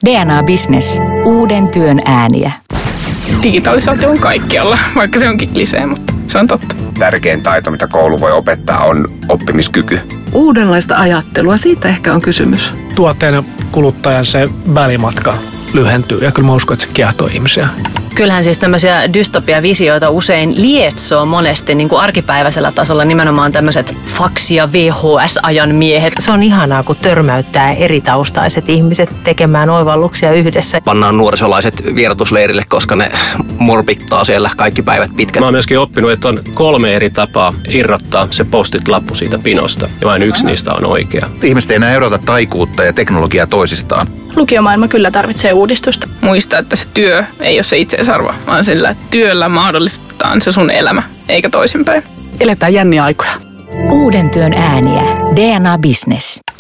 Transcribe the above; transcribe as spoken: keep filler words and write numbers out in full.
D N A Business. Uuden työn ääniä. Digitalisaatio on kaikkialla, vaikka se onkin klisee, mutta se on totta. Tärkein taito, mitä koulu voi opettaa, on oppimiskyky. Uudenlaista ajattelua, siitä ehkä on kysymys. Tuotteen ja kuluttajan se välimatka lyhentyy ja kyllä mä uskon, että se kiehtoo ihmisiä. Kyllähän siis tämmöisiä dystopia-visioita usein lietsoo monesti niin kuin arkipäiväisellä tasolla nimenomaan tämmöiset faksi- ja V H S-ajan miehet. Se on ihanaa, kun törmäyttää eri taustaiset ihmiset tekemään oivalluksia yhdessä. Pannaan nuorisolaiset vierotusleirille, koska ne morbittaa siellä kaikki päivät pitkät. Mä oon myöskin oppinut, että on kolme eri tapaa irrottaa se postit-lappu siitä pinosta. Ja vain yksi niistä on oikea. Ihmiset ei enää erota taikuutta ja teknologiaa toisistaan. Lukiomaailma kyllä tarvitsee uudistusta. Muista, että se työ ei ole se itseisarvo, vaan sillä, että työllä mahdollistetaan se sun elämä, eikä toisinpäin. Eletään jänniä aikoja. Uuden työn ääniä. D N A Business.